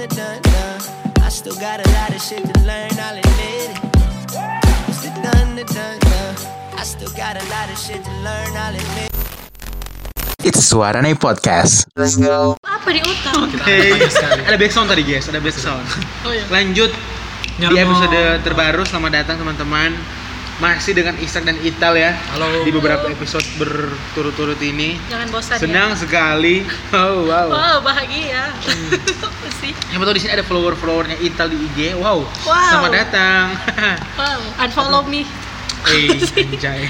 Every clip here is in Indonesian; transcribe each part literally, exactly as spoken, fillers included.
the done done. I still got a lot of shit to learn, I'll admit it. It's the done the done done. I still got a lot of shit to learn, I'll admit it. It's Suara Nih Podcast. Let's go. Apa di utang? Hey, ada back sound tadi guys, ada back sound. Oh, iya. Lanjut Nyarmo. di episode terbaru. Selamat datang teman-teman. Masih dengan Ishak dan Ital ya. Halo. Di beberapa episode berturut-turut ini. Jangan bosan Senang ya. sekali. Oh wow. Wow, bahagia. Apa sih? Yang betul di sini ada follower-followernya Ital di I G. Wow. Wow. Selamat datang. Wow, unfollow me. Eh, anjay.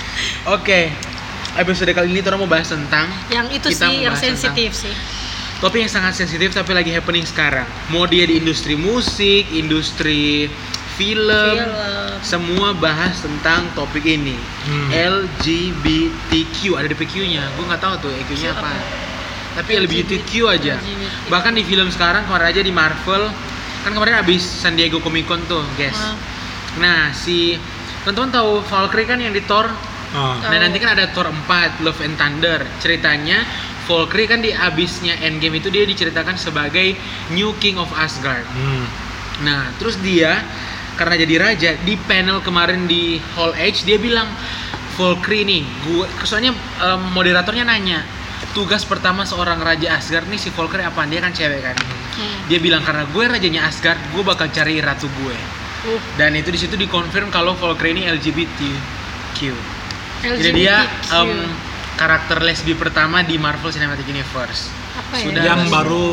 Oke. Episode kali ini kita mau bahas tentang Yang itu kita sih mau yang bahas sensitif sih. tentang topik yang sangat sensitif tapi lagi happening sekarang. Mau dia di industri musik, industri film, Film. semua bahas tentang topik ini. Hmm. L G B T Q, ada D P Q-nya. Gue nggak tahu tuh E Q-nya apa. Tapi L G B T Q aja. L G B T. Bahkan di film sekarang kemarin aja di Marvel, kan kemarin abis San Diego Comic Con tuh, guys. Ah. Nah, si teman-teman tahu Valkyrie kan yang di Thor. Ah. Nah, nanti kan ada Thor empat, Love and Thunder. Ceritanya Valkyrie kan di abisnya Endgame itu dia diceritakan sebagai New King of Asgard. Hmm. Nah, terus dia karena jadi raja di panel kemarin di Hall H dia bilang Valkyrie nih, gue soalnya um, moderatornya nanya tugas pertama seorang raja Asgard nih si Valkyrie apaan, dia kan cewek kan. Hmm. Dia bilang karena gue rajanya Asgard, gue bakal cari ratu gue. Uh, Dan itu di situ dikonfirm kalau Valkyrie ini L G B T Q. L G B T Q. Jadi dia um, karakter lesbi pertama di Marvel Cinematic Universe. Apa ya? Sudah Yang baru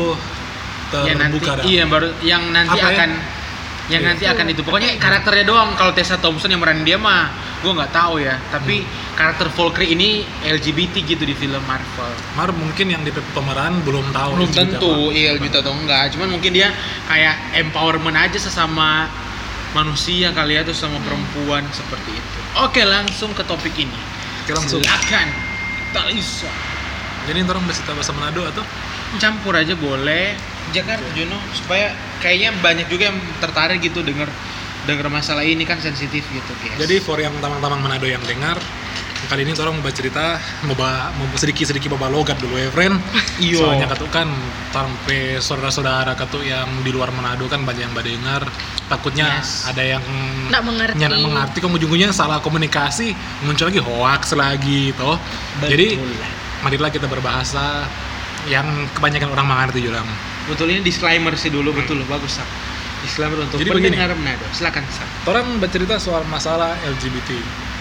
yang nanti terbuka dah. iya baru yang nanti Apa ya? akan yang Iya. nanti akan itu pokoknya karakternya doang. Kalau Tessa Thompson yang meranin dia mah gue nggak tahu ya, tapi Hmm. karakter Valkyrie ini L G B T gitu di film Marvel. Mar mungkin yang di pemeran belum tahu. Belum juga, tentu Pak. iya L G B T atau enggak, cuman mungkin dia kayak empowerment aja sesama manusia kali ya, terus sama perempuan seperti itu. Oke, langsung ke topik ini. Oke, langsung. Silakan Talisa. Jadi orang bahasa bahasa Manado atau? Campur aja boleh. Jakarta Juno supaya kayaknya banyak juga yang tertarik gitu denger denger masalah ini kan sensitif gitu guys. Jadi for yang tamang-tamang Manado yang dengar, kali ini orang mau cerita mau ba, mau sedikit-sedikit bawa logat dulu ya, friend. Iyo. Soalnya katu kan sampai saudara-saudara katu yang di luar Manado kan banyak yang dengar. Takutnya Yes. ada yang Nggak mengerti. nggak mengerti, kok ujung-ujungnya salah komunikasi, muncul lagi hoax lagi toh. Jadi marilah kita berbahasa yang kebanyakan orang mengerti juga. Betul, ini disclaimer sih dulu, betul bagus Sak. Disclaimer untuk Jadi pendengar Manado. Silakan Sak. Orang bercerita soal masalah L G B T.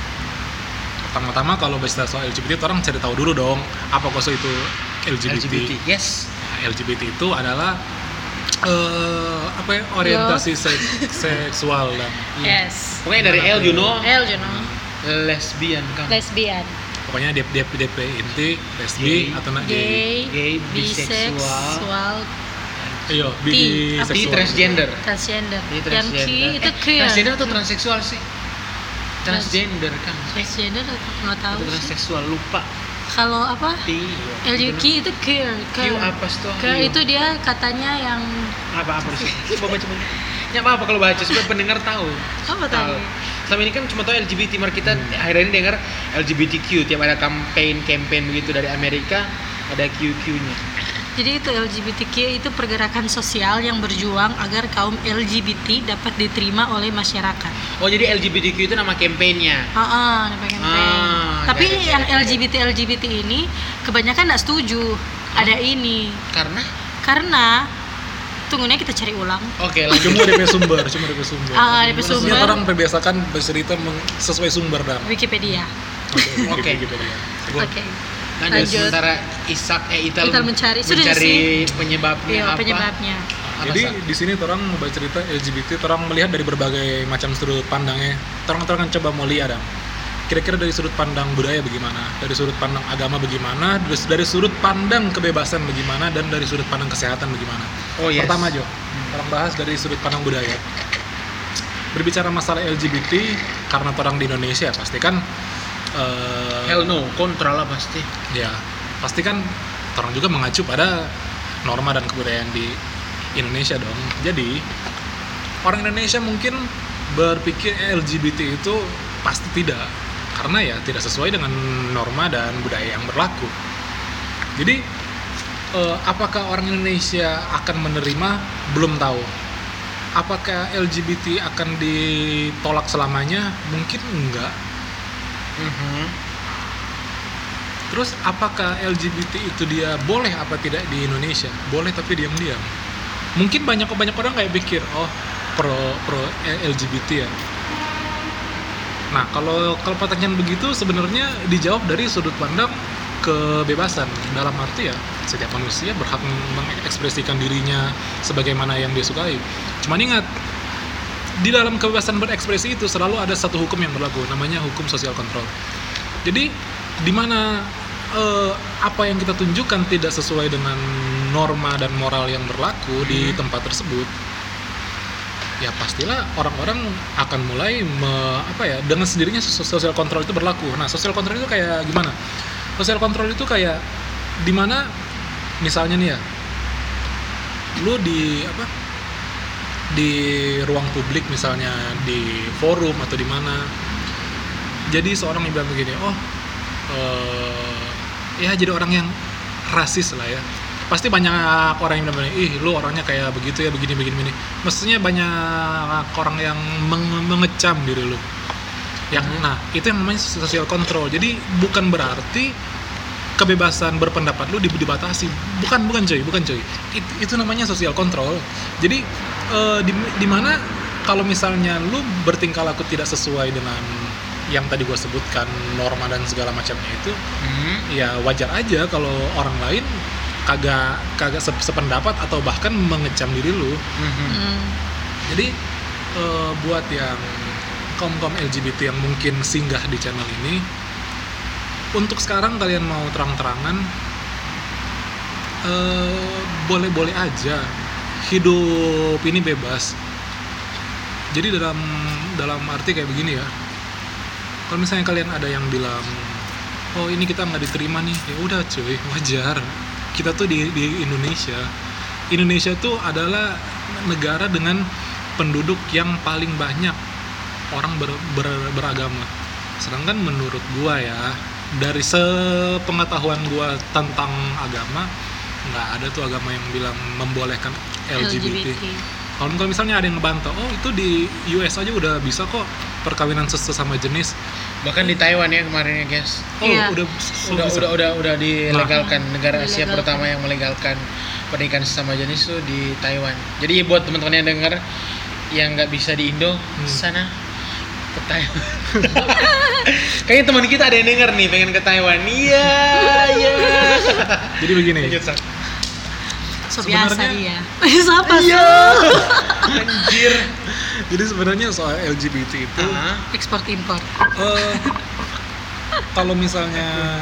Pertama-tama kalau bercerita soal L G B T, orang cari tahu dulu dong apa kok itu L G B T. L G B T. Yes. Nah, L G B T itu adalah eh apa ya, orientasi sek- seksual dan Yes. Pokoknya dari L Juno L, you know. lesbian kan. Lesbian. pokoknya D P D P inti lesbi Gay. atau nak gay. Gay. Gay, biseksual. Biseksual. Iya, T. Apa? Tapi biseksual. transgender. Transgender. Jadi Yang transgender. Q itu Eh, queer. transgender atau transseksual sih? Transgender kan. Transgender aku nggak tahu Atau sih. transseksual lupa. Kalau apa? T. L G B T itu queer. Q apa sih tuh? Queer Iya. itu dia katanya yang apa apa sih? Coba baca baca. Ya apa apa kalau baca supaya pendengar tahu. apa Tahu. tadi? Selama ini kan cuma tahu L G B T, mar kita Hmm. akhirnya ini dengar L G B T Q, tiap ada campaign campaign begitu dari Amerika ada Q Q-nya. Jadi itu L G B T Q itu pergerakan sosial yang berjuang agar kaum L G B T dapat diterima oleh masyarakat. Oh jadi L G B T Q itu nama campaignnya. Ah, ah, nama campaign. Ah, Tapi ya, ya, yang ya. L G B T L G B T ini kebanyakan nggak setuju ada ini Karena karena tunggunya kita cari ulang. oke lanjut. Cuma D P sumber, cuma D P sumber. Ah, D P Maksudnya sumber. orang terbiasakan bercerita meng- sesuai sumber dan. Wikipedia. Oke. gitu ya. Oke. Lanjut, Lanjut. sementara Isak eh Ital, Ital mencari. Sudah mencari penyebabnya Iya, apa? penyebabnya. Apa, Jadi Sak? di sini orang mau cerita L G B T, orang melihat dari berbagai macam sudut pandangnya. Orang orang coba mau lihat, Adam. Kira-kira dari sudut pandang budaya bagaimana, dari sudut pandang agama bagaimana, dari, dari sudut pandang kebebasan bagaimana, dan dari sudut pandang kesehatan bagaimana. Oh yes. Pertama Jo, orang bahas dari sudut pandang budaya. Berbicara masalah L G B T, karena orang di Indonesia pasti kan eh, Hell no, kontra lah pasti. ya pasti kan orang juga mengacu pada norma dan kebudayaan di Indonesia dong. Jadi orang Indonesia mungkin berpikir L G B T itu pasti tidak, karena ya tidak sesuai dengan norma dan budaya yang berlaku. Jadi uh, apakah orang Indonesia akan menerima? Belum tahu. Apakah L G B T akan ditolak selamanya? Mungkin enggak. Mhm. Terus apakah L G B T itu dia boleh apa tidak di Indonesia? Boleh tapi diam-diam. Mungkin banyak banyak orang kayak pikir, oh pro pro L G B T ya. Nah, kalau kalau pertanyaan begitu sebenarnya dijawab dari sudut pandang kebebasan, dalam arti ya setiap manusia berhak mengekspresikan dirinya sebagaimana yang dia sukai. Cuman ingat, di dalam kebebasan berekspresi itu selalu ada satu hukum yang berlaku, namanya hukum sosial kontrol. Jadi di mana eh, apa yang kita tunjukkan tidak sesuai dengan norma dan moral yang berlaku hmm. di tempat tersebut, ya pastilah orang-orang akan mulai me, apa ya dengan sendirinya sosial kontrol itu berlaku. Nah, sosial kontrol itu kayak gimana? Sosial kontrol itu kayak dimana misalnya nih ya, lu di apa di ruang publik misalnya di forum atau di mana, jadi seorang yang bilang begini, oh uh, ya jadi orang yang rasis lah ya, pasti banyak orang yang bilang, ih lu orangnya kayak begitu ya, begini begini begini. Mestinya banyak orang yang meng- mengecam diri lu. Yang hmm. nah itu yang namanya social control. Jadi bukan berarti kebebasan berpendapat lu dibatasi, bukan bukan coy, bukan coy. It, itu namanya social control. Jadi uh, di di mana kalau misalnya lu bertingkah laku tidak sesuai dengan yang tadi gue sebutkan norma dan segala macamnya itu, hmm. ya wajar aja kalau orang lain kagak kagak sependapat atau bahkan mengecam diri lu. Mm-hmm. Jadi uh, buat yang kaum-kaum L G B T yang mungkin singgah di channel ini, untuk sekarang kalian mau terang-terangan, uh, boleh-boleh aja, hidup ini bebas. Jadi dalam dalam arti kayak begini ya, kalau misalnya kalian ada yang bilang, oh ini kita nggak diterima nih, ya udah cuy, wajar. Kita tuh di, di Indonesia. Indonesia tuh adalah negara dengan penduduk yang paling banyak orang ber, ber, beragama. Sedangkan menurut gua ya, dari sepengetahuan gua tentang agama, nggak ada tuh agama yang bilang membolehkan L G B T. Kalau misalnya ada yang ngebantah, oh itu di U S aja udah bisa kok perkawinan sesama jenis. Bahkan di Taiwan ya kemarin ya guys. Oh iya. udah udah, udah udah udah dilegalkan. Nah, negara Asia dilegalkan. pertama yang melegalkan pernikahan sesama jenis tuh di Taiwan. Jadi buat teman-teman yang dengar yang nggak bisa di Indo, hmm. sana ke Taiwan. Kayaknya teman kita ada yang dengar nih pengen ke Taiwan. Iya, iya. Jadi begini. So biasa Sebenarnya- dia. Siapa sih? Iya. Anjir. Jadi sebenarnya soal L G B T itu, Ah, Ekspor impor. eh, kalau misalnya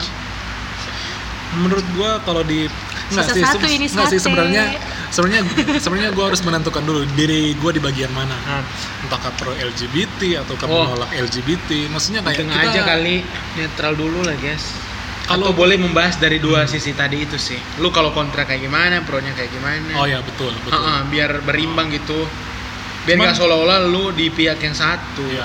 menurut gua kalau di nggak Sisa sih, satu se- ini nggak sih sate. sebenarnya sebenarnya sebenarnya gua harus menentukan dulu diri gua di bagian mana, ah. entahkah pro L G B T atau Oh. menolak L G B T. Maksudnya kayak Tengah kita aja kali, netral dulu lah guys. Kalau- Kalau boleh membahas dari dua sisi tadi itu sih. Lu kalau kontra kayak gimana, pro-nya kayak gimana. oh ya betul betul. Ah, ah, biar berimbang gitu. Biar Cuman- nggak seolah-olah lu di pihak yang satu. Iya.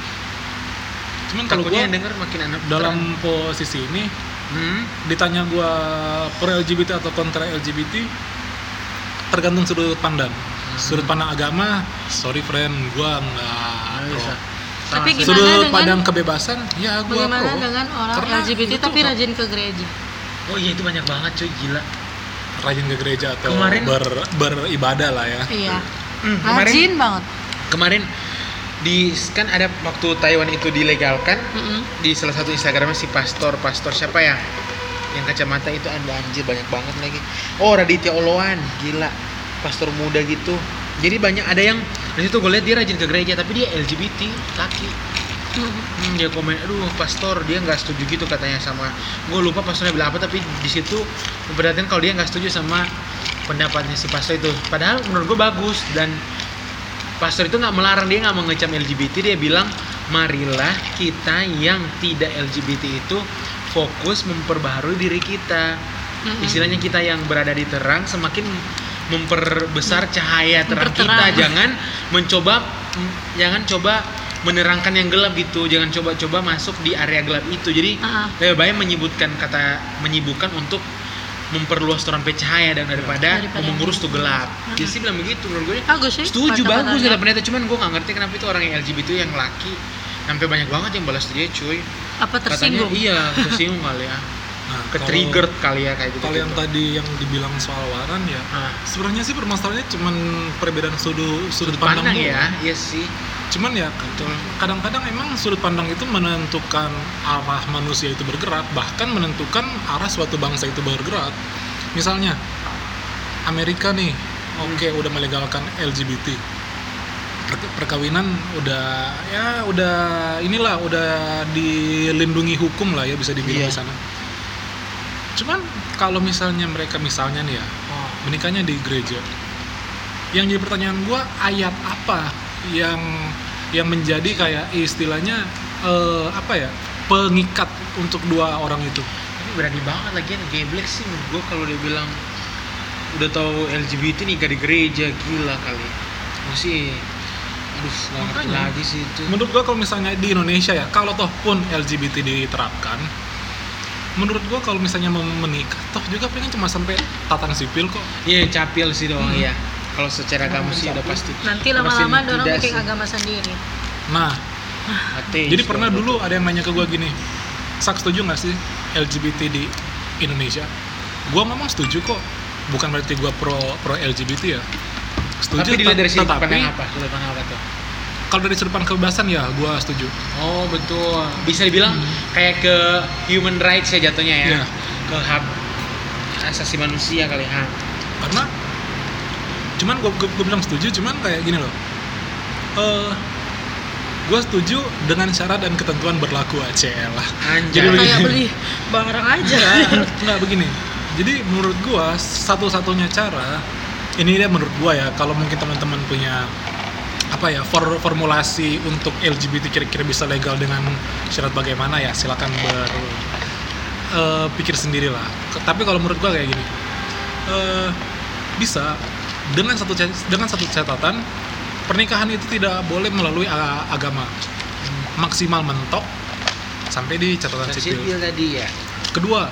Cuman kalau Takutnya gua yang denger makin anak dalam posisi ini hmm? ditanya gua pro L G B T atau kontra L G B T, tergantung sudut pandang. Sudut pandang agama, sorry friend, gua nggak Nggak pro. bisa. Tapi Sama gimana Sudut dengan- pandang kebebasan, ya gua Bagaimana pro. dengan orang Karena L G B T itu tapi hak- rajin ke gereja? Oh iya itu banyak banget cuy, gila. rajin ke gereja atau Kemarin- ber, beribadah lah ya. Iya. Hmm, kemarin Rajin banget. kemarin di kan ada waktu Taiwan itu dilegalkan, Mm-mm. di salah satu Instagramnya si pastor pastor siapa ya yang kacamata itu ada anjir banyak banget lagi. Oh Raditya Oloan, gila, pastor muda gitu. Jadi banyak ada yang di situ gue lihat dia rajin ke gereja tapi dia L G B T laki. Hmm, dia komen, aduh pastor dia nggak setuju gitu katanya sama, gue lupa pastornya bilang apa, tapi di situ memperhatikan kalau dia nggak setuju sama pendapatnya si pastor itu. Padahal menurut gue bagus, dan pastor itu nggak melarang, dia nggak mengecam L G B T, dia bilang marilah kita yang tidak L G B T itu fokus memperbaharui diri kita. Mm-mm. Istilahnya kita yang berada di terang semakin memperbesar cahaya terang kita, Memperterang. jangan mencoba jangan coba menerangkan yang gelap gitu, jangan coba-coba masuk di area gelap itu. Jadi Ah. lebih baik menyebutkan kata menyibukkan untuk memperluas torampe cahaya dan daripada, Daripada mengurus tuh gelap. Hmm. Dia sih bilang begitu menurut gue. Bagus sih. Setuju, bagus kata-katanya. kata pendeta, cuman gue nggak ngerti kenapa itu orang yang L G B T yang laki sampai banyak banget yang balas dia cuy. Apa tersinggung? Katanya iya tersinggung kali ya, Nah, ke-triggered kali ya kayak gitu. Kalau yang tadi yang dibilang soal waran ya, Ah. sebenarnya sih permasalahannya cuman perbedaan sudut sudut, Sudut pandang, pandang doang. ya, iya sih. Cuman ya Betul. kadang-kadang emang sudut pandang itu menentukan arah manusia itu bergerak, bahkan menentukan arah suatu bangsa itu bergerak. Misalnya Amerika nih, oke udah melegalkan L G B T, Per- perkawinan udah ya udah inilah udah dilindungi hukum lah ya bisa dibilang Iya. di sana. Cuman kalau misalnya mereka misalnya nih ya Oh. menikahnya di gereja, yang jadi pertanyaan gua ayat apa yang yang menjadi kayak istilahnya eh, apa ya pengikat untuk dua orang itu? Tapi berani banget lagi kan gay black sih menurut gue kalau dia bilang udah tahu L G B T nikah di gereja, gila kali. Gue sih aduh nggak ngerti Makanya. lagi sih itu. Menurut gua kalau misalnya di Indonesia ya, kalau toh pun L G B T diterapkan, menurut gua kalau misalnya mau menikah, toh juga pengen cuma sampai tatanan sipil kok. Iya capil sih doang Hmm. ya. Kalau secara agama sih udah pasti. Nanti udah pasti lama-lama orang tidak bikin sih. agama sendiri. Nah, Ateis, jadi pernah kalau dulu gitu. ada yang nanya ke gua gini, Sak setuju nggak sih L G B T di Indonesia? Gua ngomong setuju kok, bukan berarti gua pro pro L G B T ya. Setuju, Tapi dilihat dari sudut tetapi pandang apa? Sudut pandang apa tuh? kalau dari sudut pandang kebebasan ya gua setuju. Oh betul. Bisa dibilang kayak ke human rights ya jatuhnya ya. Iya. Ke hak asasi manusia kali ha. Karena cuman gue gue bilang setuju, cuman kayak gini loh, eh gue setuju dengan syarat dan ketentuan berlaku aja lah. Anjay. Jadi begini. Kayak beli barang aja. Nggak, nggak begini. Jadi menurut gue satu-satunya cara ini dia menurut gue ya, kalau mungkin teman-teman punya apa ya for- formulasi untuk L G B T kira-kira bisa legal dengan syarat bagaimana ya silakan ber eh, pikir sendiri lah. Ke- Tapi kalau menurut gue kayak gini, eh, bisa dengan satu ca- dengan satu catatan, pernikahan itu tidak boleh melalui a- agama, maksimal mentok sampai di catatan sipil. Sipil tadi ya. Kedua,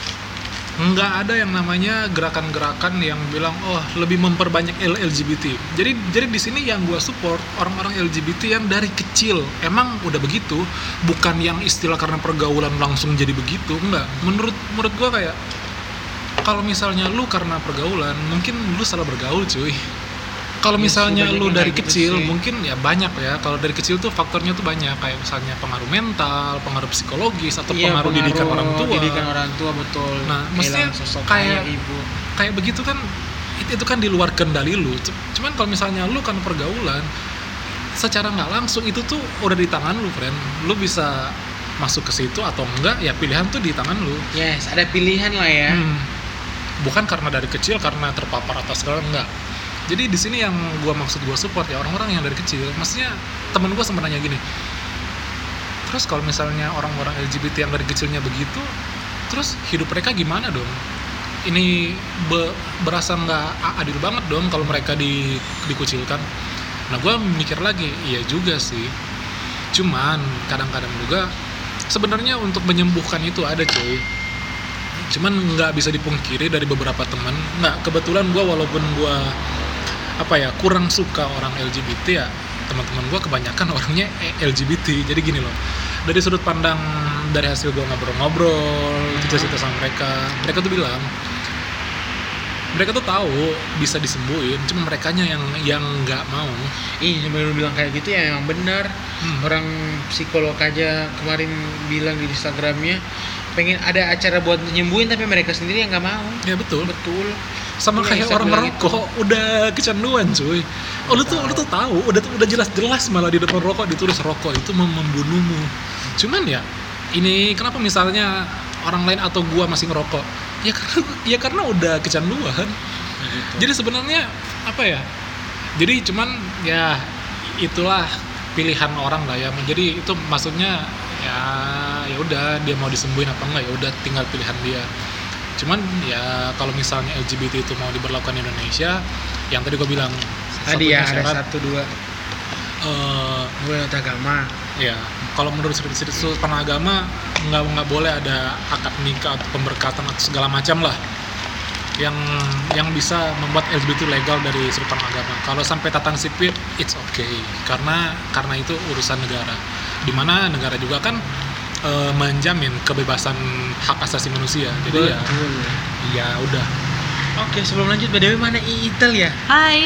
nggak ada yang namanya gerakan-gerakan yang bilang oh lebih memperbanyak L- LGBT. Jadi jadi di sini yang gua support orang-orang L G B T yang dari kecil emang udah begitu, bukan yang istilah karena pergaulan langsung jadi begitu. Enggak. Menurut menurut gua kayak kalau misalnya lu karena pergaulan, mungkin lu salah bergaul, cuy. Kalau Iya sih, misalnya banyak lu yang dari kayak gitu kecil, sih. mungkin ya banyak ya. Kalau dari kecil tuh faktornya tuh banyak, kayak misalnya pengaruh mental, pengaruh psikologis, atau Iya, pengaruh didikan orang tua. Didikan orang tua betul. Nah, maksudnya Kehilangan sosok kayak- ayah, ibu. Kayak begitu kan, itu, itu kan di luar kendali lu. C- Cuman kalau misalnya lu kan pergaulan, secara nggak langsung itu tuh udah di tangan lu, friend. Lu bisa masuk ke situ atau enggak, ya pilihan tuh di tangan lu. Yes, ada pilihan lah ya. Hmm. Bukan karena dari kecil, karena terpapar atau segala, enggak. Jadi di sini yang gua maksud gua support ya orang-orang yang dari kecil. Maksudnya temen gua sempat nanya gini, terus kalau misalnya orang-orang L G B T yang dari kecilnya begitu, terus hidup mereka gimana dong? Ini be- berasa nggak a- adil banget dong kalau mereka di, dikucilkan. Nah gua mikir lagi, iya juga sih. Cuman kadang-kadang juga sebenarnya untuk menyembuhkan itu ada cuy. Cuman nggak bisa dipungkiri dari beberapa teman. Nggak, kebetulan gue walaupun gue apa ya kurang suka orang L G B T ya, teman-teman gue kebanyakan orangnya L G B T. Jadi gini loh, dari sudut pandang dari hasil gue ngobrol-ngobrol, cerita-cerita sama mereka, mereka tuh bilang mereka tuh tahu bisa disembuhin, cuma merekanya yang yang nggak mau. Ih, baru bilang kayak gitu ya memang benar. Hmm. Orang psikolog aja kemarin bilang di Instagramnya pengen ada acara buat nyembuhin tapi mereka sendiri yang nggak mau. Ya betul. Betul. Sama Iya, kayak bisa orang bilang merokok udah kecanduan cuy. Oh lu tuh lu tuh tahu, udah udah jelas-jelas malah di depan rokok ditulis rokok itu mem- membunuhmu. Cuman ya ini kenapa misalnya orang lain atau gua masih ngerokok? Ya karena ya karena udah kecanduan. Gitu. Jadi sebenarnya apa ya? Jadi cuman ya itulah pilihan orang lah ya. Jadi itu maksudnya ya ya udah dia mau disembuhin apa enggak ya udah tinggal pilihan dia. Cuman ya kalau misalnya L G B T itu mau diberlakukan di Indonesia, yang tadi gue bilang Tadi ya satunya ada syarat, satu dua eh, gue agama. ya kalau menurut sudut sudut pandang agama nggak nggak boleh ada akad nikah atau pemberkatan atau segala macam lah. yang yang bisa membuat L G B T legal dari sudut pandang agama. Kalau sampai tatanan sipil, it's okay, karena karena itu urusan negara, di mana negara juga kan e, menjamin kebebasan hak asasi manusia. Jadi Betul. ya ya udah. Oke, sebelum lanjut, B D W mana Ital ya? Hai.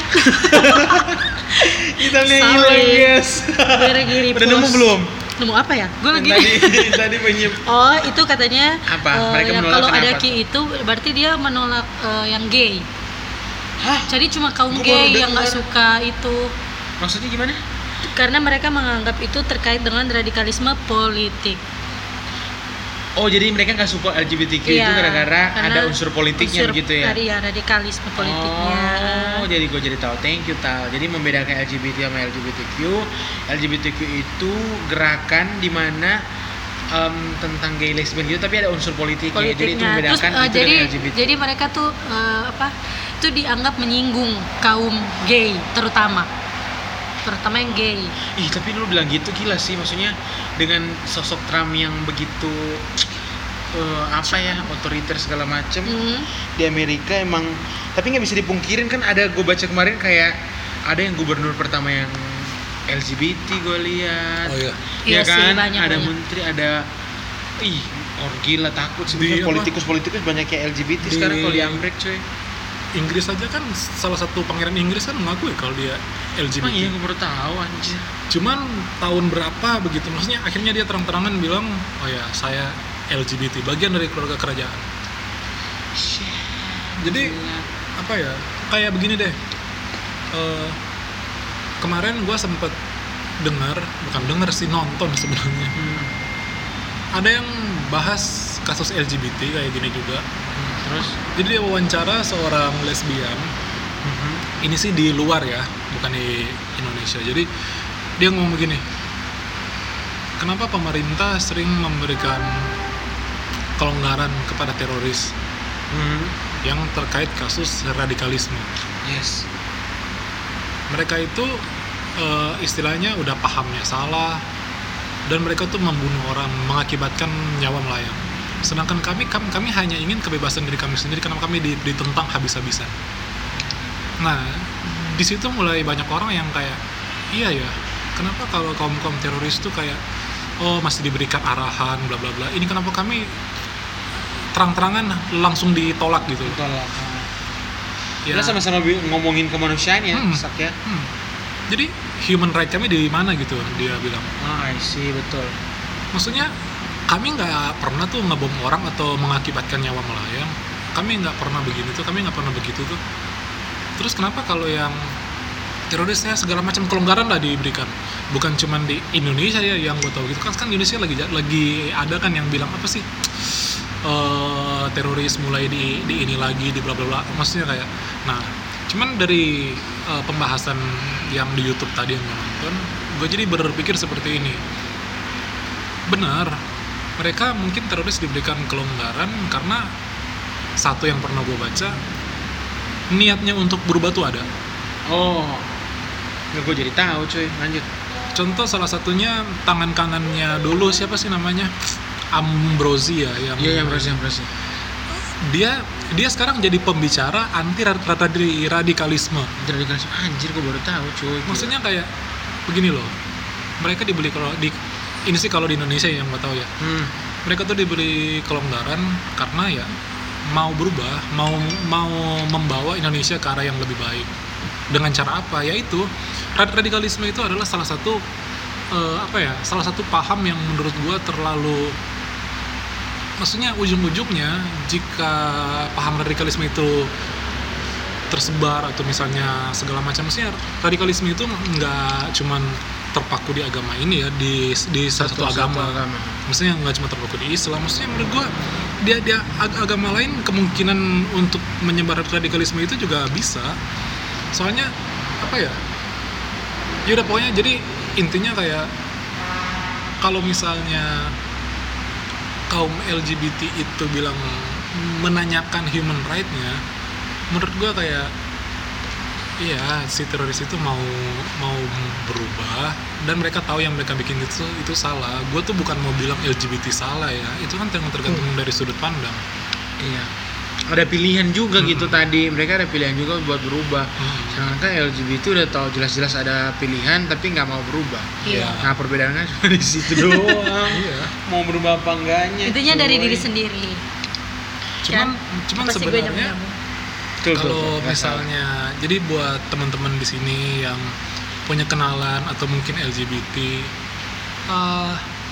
Italnya Sorry. hilang, guys. Giri-giri Udah nemu pos. belum? Nemu apa ya? Gue lagi. Tadi tadi menyim. Oh, itu katanya Apa? eh, Mereka yang menolak kalau ada kenapa? ki itu berarti dia menolak eh, yang gay. Hah? Jadi cuma kaum Gua gay baru yang nggak dengar. suka itu. Maksudnya gimana? Karena mereka menganggap itu terkait dengan radikalisme politik. Oh, jadi mereka nggak support L G B T Q itu Iya, karena karena ada unsur politiknya unsur- gitu ya? Iya, radikalisme politiknya. Oh, jadi gue jadi tahu. Thank you, Tal. Jadi membedakan L G B T sama L G B T Q. L G B T Q itu gerakan di mana em, tentang gay lesbian gitu, tapi ada unsur politiknya. Jadi itu politiknya. Terus membedakan eh, itu jadi dengan L G B T. jadi mereka tuh eh, apa? Itu dianggap menyinggung kaum gay terutama. Terutama yang gay. Ih, tapi lu bilang gitu gila sih. Maksudnya dengan sosok Trump yang begitu eh, apa ya, otoriter segala macem Hmm. di Amerika emang. Tapi nggak bisa dipungkirin kan, ada gue baca kemarin kayak ada yang gubernur pertama yang L G B T gue lihat. Oh iya. Iya Ya sih, kan, banyak, ada banyak. menteri, ada ih, or gila takut Di sebenarnya apa? politikus-politikus banyak kayak L G B T Di- sekarang kalau di Amerika coy. Inggris aja kan salah satu pangeran Inggris kan mengakui kalau dia L G B T. Emang iya, gue baru tahu anjir. Cuman tahun berapa begitu, maksudnya akhirnya dia terang-terangan bilang, oh ya saya L G B T, bagian dari keluarga kerajaan. Jadi apa ya, kayak begini deh. Eh, kemarin gue sempet dengar, bukan dengar sih, nonton sebenarnya. Hmm. Ada yang bahas kasus L G B T kayak gini juga. Hmm, terus Jadi dia wawancara seorang lesbian. Mhm. Ini sih di luar ya, bukan di Indonesia. Jadi dia ngomong begini, kenapa pemerintah sering memberikan kelonggaran kepada teroris Mhm. yang terkait kasus radikalisme? Yes. Mereka itu eh, istilahnya udah pahamnya salah, dan mereka tuh membunuh orang, mengakibatkan nyawa melayang. Sedangkan kami, kami, kami hanya ingin kebebasan diri kami sendiri, karena kami ditentang habis-habisan. Nah, di situ mulai banyak orang yang kayak, iya ya, kenapa kalau kaum kaum teroris tuh kayak, oh masih diberikan arahan, bla bla bla. Ini kenapa kami terang-terangan langsung ditolak gitu? Betul lah. Ya, Kita sama-sama bi- ngomongin kemanusiaan ya, Hmm. Sak ya. hmm. Jadi human right kami di mana gitu? Dia bilang. Ah, I see, betul. Maksudnya kami nggak pernah tuh ngebom orang atau mengakibatkan nyawa melayang. Kami nggak pernah begini tuh, kami nggak pernah begitu tuh. Terus kenapa kalau yang terorisnya segala macam kelonggaran lah diberikan? Bukan cuman di Indonesia ya yang gue tahu gitu kan, kan Indonesia lagi lagi ada kan yang bilang apa sih, eh teroris mulai di, di ini lagi, di bla bla bla. Maksudnya kayak, nah cuman dari eh, pembahasan yang di YouTube tadi yang gue nonton, gue jadi berpikir seperti ini. Benar, mereka mungkin teroris diberikan kelonggaran karena satu yang pernah gue baca, niatnya untuk berubah tuh ada. Oh, nggak, gue jadi tahu cuy. Lanjut. Contoh salah satunya tangan kanannya dulu siapa sih namanya, Ambrosi ya, yang Iya, yang berarti, yang berarti. dia dia sekarang jadi pembicara anti rad- rad- radikalisme. Radikalisme, anjir, gue baru tahu cuy. Maksudnya kayak begini loh, mereka dibeli kalau di ini sih kalau di Indonesia yang gue tahu ya, Hmm. mereka tuh diberi kelonggaran karena ya mau berubah, mau mau membawa Indonesia ke arah yang lebih baik. Dengan cara apa? Yaitu rad- radikalisme itu adalah salah satu eh, apa ya? Salah satu paham yang menurut gua terlalu, maksudnya ujung-ujungnya jika paham radikalisme itu tersebar atau misalnya segala macam, maksudnya radikalisme itu nggak cuman terpaku di agama ini ya, di di satu, Satu- agama. satu agama. Maksudnya nggak cuma terpaku di Islam, maksudnya menurut gua dia dia ag- agama lain kemungkinan untuk menyebar radikalisme itu juga bisa. Soalnya apa ya? Ya udah pokoknya, jadi intinya kayak kalau misalnya kaum L G B T itu bilang menanyakan human right-nya, menurut gua kayak iya, si teroris itu mau mau berubah dan mereka tahu yang mereka bikin itu itu salah. Gue tuh bukan mau bilang L G B T salah ya, itu kan tergantung Hmm. dari sudut pandang. Iya. ada pilihan juga Hmm. gitu tadi, mereka ada pilihan juga buat berubah. Hmm. Sedangkan L G B T udah tahu jelas-jelas ada pilihan tapi nggak mau berubah. Iya. Nah perbedaannya cuma di situ doang. Iya. Mau berubah apa enggaknya? Intinya dari cuy. diri sendiri. Cuman Kan? cuman Pasti gue sebenarnya nyambung-nyambung. Betul, betul, kalau betul. Nggak misalnya jadi buat teman-teman di sini yang punya kenalan atau mungkin L G B T, eh,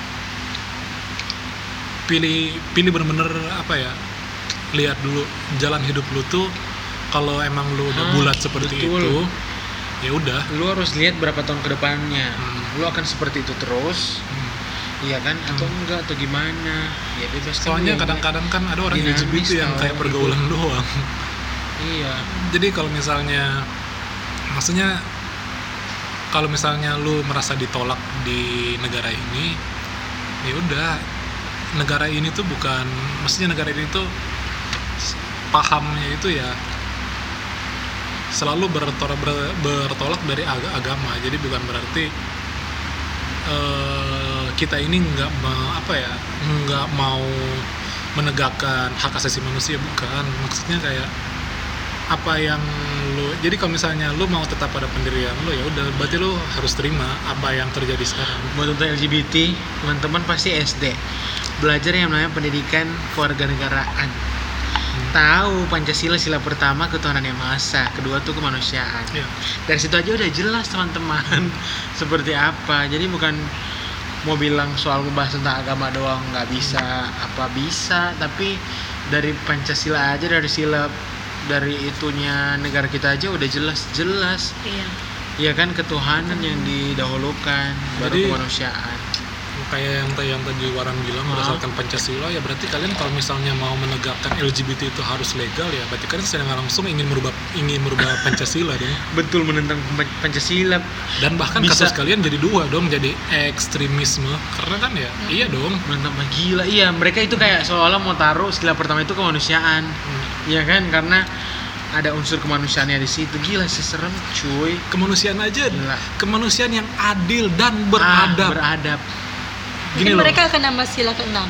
pilih pilih bener-bener apa ya, lihat dulu jalan hidup lu tuh, kalau emang lu udah Ah, bulat seperti betul. itu ya udah. salah. Lu harus lihat berapa tahun ke depannya. Hmm. Lu akan seperti itu terus, Hmm. iya kan? Atau Hmm. enggak atau gimana? Ya bebas. kan Soalnya lu yang- kadang-kadang kan ada orang L G B T dinamis yang tau, kayak pergaulan doang. Iya. Jadi kalau misalnya, maksudnya kalau misalnya lu merasa ditolak di negara ini, ya udah, negara ini tuh bukan, maksudnya negara ini tuh pahamnya itu ya selalu bertolak, ber- bertolak dari ag- agama. Jadi bukan berarti eh, kita ini nggak ma- apa ya, nggak mau menegakkan hak asasi manusia, bukan. Maksudnya kayak apa yang lu, jadi kalau misalnya lu mau tetap pada pendirian lu, ya udah berarti lu harus terima apa yang terjadi sekarang. Buat untuk L G B T, teman-teman pasti S D belajar yang namanya pendidikan kewarganegaraan. Tahu Pancasila, sila pertama ketuhanan yang maha esa, kedua tuh kemanusiaan. Iya. Dari situ aja udah jelas teman-teman seperti apa. Jadi bukan mau bilang soal membahas tentang agama doang nggak bisa, apa bisa, tapi dari Pancasila aja, dari sila, dari itunya negara kita aja udah jelas-jelas. Iya. Ya kan, ketuhanan yang didahulukan, baru Jadi- kemanusiaan. Kayak yang, tadi- yang tadi Waran bilang Ah. berdasarkan Pancasila, ya berarti kalian kalau misalnya mau menegakkan L G B T itu harus legal, ya berarti kalian secara langsung ingin merubah ingin merubah Pancasila dong. Betul, menentang Pan- Pancasila. Dan bahkan Bisa. kasus kalian jadi dua dong, jadi ekstremisme. Karena kan ya, iya dong. Menentang gila. Iya, mereka itu kayak seolah mau taruh sila pertama itu kemanusiaan. Iya kan, karena ada unsur kemanusiaannya di situ. Gila sih, serem cuy. Kemanusiaan aja, Gila. kemanusiaan yang adil dan Ah, beradab. beradab. Gini Mungkin loh. mereka akan nambah sila keenam.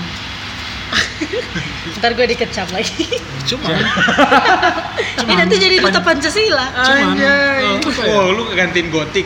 Ntar gue dikecap lagi. Cuma Ini nanti jadi duta Pancasila. Cuman, Anjay. eh, apa ya? Oh, lu gantiin gotik.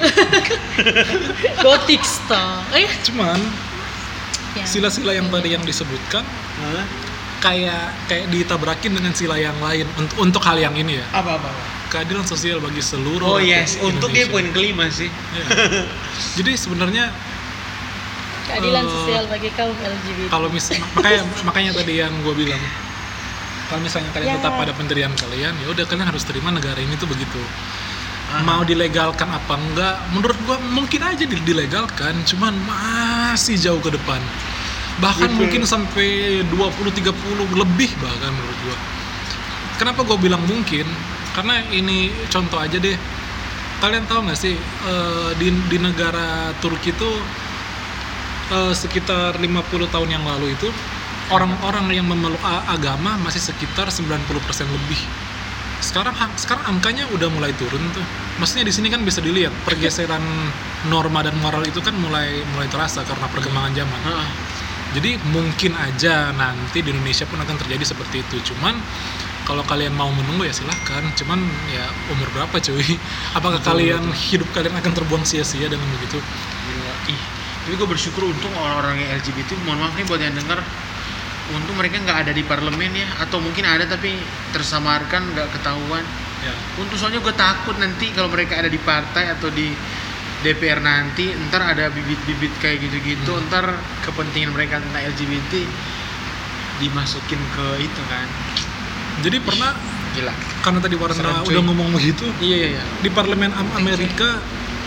Gothic style. Eh, cuman ya. sila-sila yang tadi yang disebutkan Hah? kayak kayak ditabrakin dengan sila yang lain untuk untuk hal yang ini ya, Apa apa? keadilan sosial bagi seluruh Oh rakyat yes, untuk dia Indonesia. poin kelima sih. Ya. Jadi sebenarnya Keadilan Eh, sosial bagi kaum L G B T. kalau mis makanya makanya tadi yang gue bilang, kalau misalnya kalian Ya. tetap pada pendirian kalian, ya udah kalian harus terima negara ini tuh begitu. Ah. Mau dilegalkan apa enggak, menurut gue mungkin aja di- dilegalkan, cuman masih jauh ke depan. Bahkan Betul. mungkin sampai dua puluh tiga puluh lebih bahkan menurut gue. Kenapa gue bilang mungkin? Karena ini contoh aja deh. Kalian tahu nggak sih eh, di di negara Turki tuh eh, sekitar lima puluh tahun yang lalu itu orang-orang yang memeluk a- agama masih sekitar sembilan puluh persen lebih. Sekarang ha- sekarang angkanya udah mulai turun tuh. Maksudnya di sini kan bisa dilihat pergeseran norma dan moral itu kan mulai mulai terasa karena perkembangan zaman. Heeh. Jadi mungkin aja nanti di Indonesia pun akan terjadi seperti itu. Cuman kalau kalian mau menunggu ya silahkan. Cuman ya umur berapa cuy? Apakah Betul, kalian betul. hidup kalian akan terbuang sia-sia dengan begitu? Gila. Ih, tapi gue bersyukur untung orang-orang yang L G B T, mohon maaf nih buat yang denger, untung mereka nggak ada di parlemen ya, atau mungkin ada tapi tersamarkan, nggak ketahuan. Ya. Untung, soalnya gue takut nanti kalau mereka ada di partai atau di D P R nanti, ntar ada bibit-bibit kayak gitu-gitu, Hmm. ntar kepentingan mereka tentang L G B T dimasukin ke itu kan. Jadi pernah, Gila. karena tadi Warna Serem, cuy. udah ngomong begitu, Iya iya iya. di parlemen Am- Amerika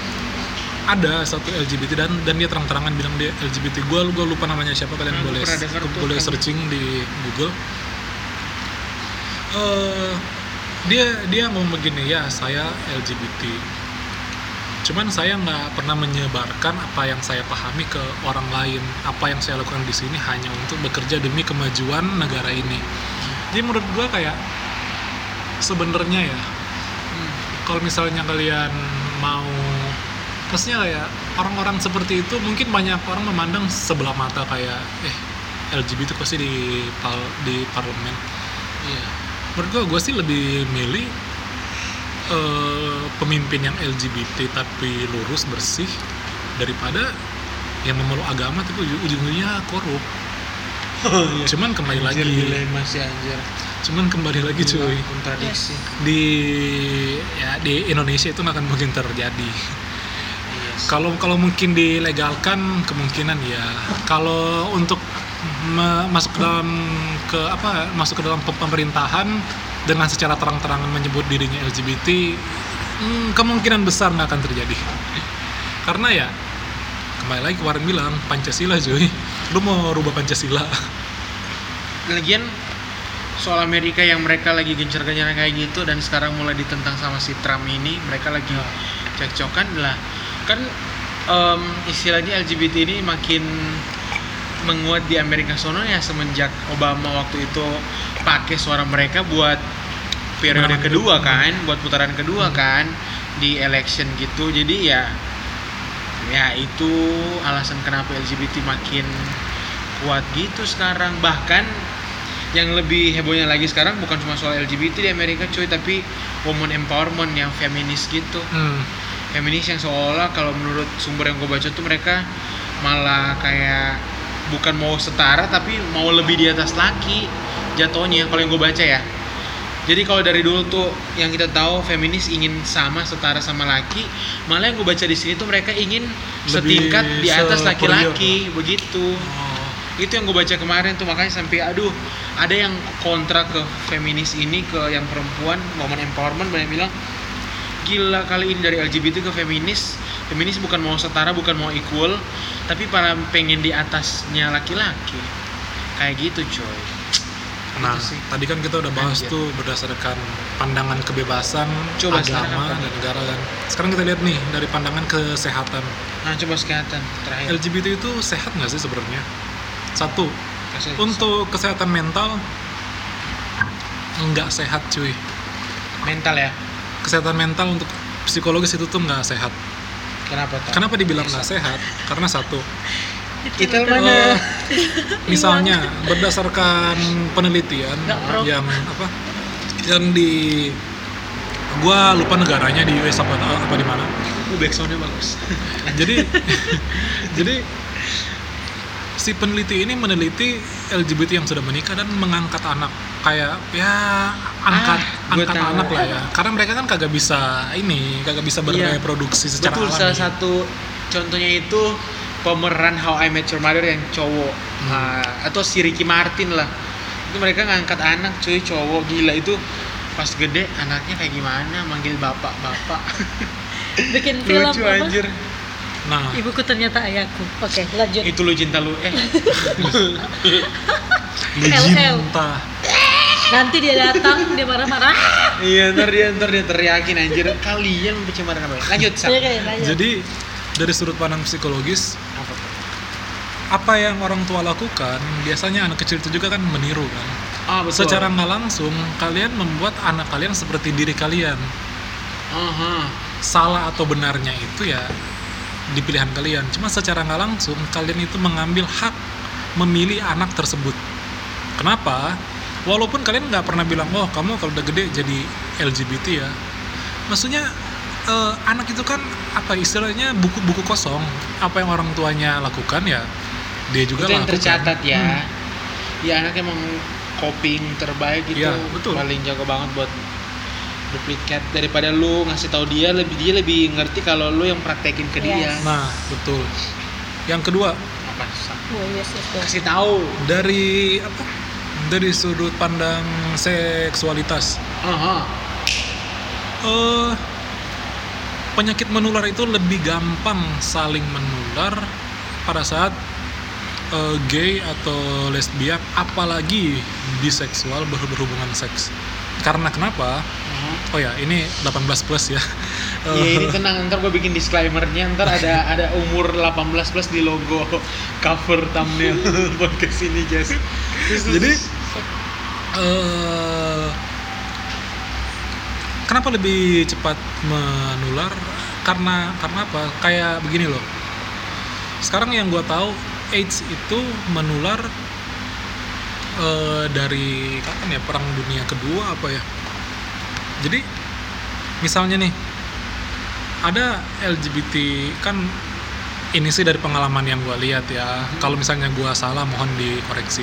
ada satu L G B T dan dan dia terang-terangan bilang dia L G B T. Gue gue lupa namanya siapa, kalian Hmm, boleh pernah dengar tuh, boleh kan. searching di Google. Eh, dia dia ngomong begini, ya saya L G B T. Cuman saya nggak pernah menyebarkan apa yang saya pahami ke orang lain. Apa yang saya lakukan di sini hanya untuk bekerja demi kemajuan negara ini. Jadi menurut gue kayak sebenarnya ya, kalau misalnya kalian mau, maksudnya kayak orang-orang seperti itu mungkin banyak orang memandang sebelah mata kayak eh L G B T pasti di pal- di parlemen. Iya. Menurut gue, gue sih lebih milih uh, pemimpin yang L G B T tapi lurus, bersih, daripada yang memeluk agama tapi ujung- ujung-ujungnya korup. Oh, iya. Cuman kembali Anjir, lagi, dilema sih anjir. cuman kembali lagi cuy, Kontradiksi. di ya di Indonesia itu nggak akan mungkin terjadi. Iya sih. Kalau kalau mungkin dilegalkan kemungkinan ya. Kalau untuk me- masuk ke dalam ke apa masuk ke dalam pe- pemerintahan dengan secara terang-terangan menyebut dirinya L G B T, hmm, kemungkinan besar nggak akan terjadi. Karena ya kembali lagi kemarin bilang Pancasila cuy, lu mau rubah Pancasila. Lagian soal Amerika yang mereka lagi gencar-gencar kayak gitu dan sekarang mulai ditentang sama si Trump ini, mereka lagi cekcokan lah. Kan em, istilahnya L G B T ini makin menguat di Amerika sono ya semenjak Obama waktu itu pakai suara mereka buat periode Putaran kedua kedua. kan, buat putaran kedua kan di election gitu. Jadi ya ya itu alasan kenapa L G B T makin kuat gitu sekarang. Bahkan yang lebih hebohnya lagi sekarang bukan cuma soal L G B T di Amerika cuy, tapi woman empowerment yang feminis gitu. Hmm. Feminis yang seolah kalau menurut sumber yang gue baca tuh mereka malah kayak bukan mau setara tapi mau lebih di atas laki jatuhnya kalau yang gue baca ya. Jadi kalau dari dulu tuh yang kita tahu feminis ingin sama setara sama laki, malah yang gue baca di sini tuh mereka ingin Lebih setingkat di atas superior. laki-laki begitu. Itu yang gue baca kemarin tuh, makanya sampai aduh ada yang kontra ke feminis ini, ke yang perempuan woman empowerment, banyak bilang gila kali ini dari L G B T ke feminis. Feminis bukan mau setara, bukan mau equal, tapi para pengen di atasnya laki-laki kayak gitu coy. Nah, Gitu sih. tadi kan kita udah bahas Anjir. tuh berdasarkan pandangan kebebasan, Coba sekarang agama, apa? dan negara kan. Sekarang kita lihat nih dari pandangan kesehatan. Nah coba kesehatan terakhir. L G B T itu sehat nggak sih sebenarnya? Satu, Kasih- untuk kesehatan mental nggak sehat cuy. mental ya. Kesehatan mental untuk psikologis itu tuh nggak sehat. Kenapa tak? Kenapa dibilang nggak sehat? Karena satu, Kita betul. mana? eh, misalnya berdasarkan penelitian Nggak pro. yang apa? Yang di gua lupa negaranya, di U S apa apa di mana. Uh, backsoundnya bagus. Jadi jadi si peneliti ini meneliti L G B T yang sudah menikah dan mengangkat anak, kayak ya angkat Ah, gua angkat tahu. anak lah ya, karena mereka kan kagak bisa ini kagak bisa berreproduksi secara Betul, alami. salah satu contohnya itu pemeran How I Met Your Mother yang cowok. Hmm. Nah, atau si Ricky Martin lah. Itu mereka ngangkat anak cuy, cowok, gila itu pas gede anaknya kayak gimana, manggil bapak-bapak. Bikin film Lucu apa? anjir. Nah, Ibuku ternyata ayahku. Oke, lanjut. Itu lu cinta lu eh. L L. Cinta. Nanti dia datang, dia marah-marah. Iya, ntar dia ntar dia teriakin anjir, kalian pencemaran apa ya? Lanjut, Sa. Iya, kayak lanjut. Jadi dari sudut pandang psikologis, Apa tuh? apa yang orang tua lakukan biasanya anak kecil itu juga kan meniru kan. Ah, betul. Secara nggak langsung kalian membuat anak kalian seperti diri kalian. Aha. Salah atau benarnya itu ya di pilihan kalian. Cuma secara nggak langsung kalian itu mengambil hak memilih anak tersebut. Kenapa? Walaupun kalian nggak pernah bilang, oh kamu kalau udah gede jadi L G B T ya. Maksudnya eh, anak itu kan apa istilahnya buku-buku kosong. Apa yang orang tuanya lakukan ya dia juga Itu yang lakukan. tercatat ya. Hmm. Ya anaknya emang coping terbaik gitu. Iya, betul. Paling jago banget buat duplikat daripada lu ngasih tahu dia, lebih dia lebih ngerti kalau lu yang praktekin ke dia. Yes. Nah betul. Yang kedua Apa? Sa? Oh, yes, yes, yes. Kasih tahu. dari apa? Dari sudut pandang seksualitas. Aha. eh penyakit menular itu lebih gampang saling menular pada saat eh, gay atau lesbian, apalagi biseksual ber- berhubungan seks. Karena kenapa? Aha. Oh ya, ini delapan belas plus ya. Iya, Eh, ini tenang, ntar gue bikin disclaimer-nya, ntar ada ada umur delapan belas plus di logo cover thumbnail podcast ini, Jess. Terus, Jadi terus. eh kenapa lebih cepat menular? Karena karena apa? Kayak begini loh. Sekarang yang gue tahu AIDS itu menular eh, dari kapan ya, perang dunia kedua apa ya. Jadi misalnya nih ada L G B T, kan ini sih dari pengalaman yang gue lihat ya. Hmm. Kalau misalnya gue salah mohon dikoreksi.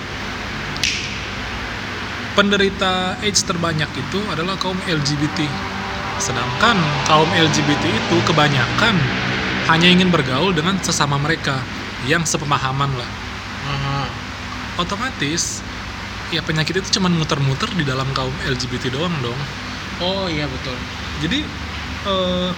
Penderita AIDS terbanyak itu adalah kaum L G B T. Sedangkan kaum L G B T itu kebanyakan hanya ingin bergaul dengan sesama mereka yang sepemahaman lah. Aha. Otomatis ya penyakit itu cuma muter-muter di dalam kaum L G B T doang dong. Oh iya betul. Jadi eh,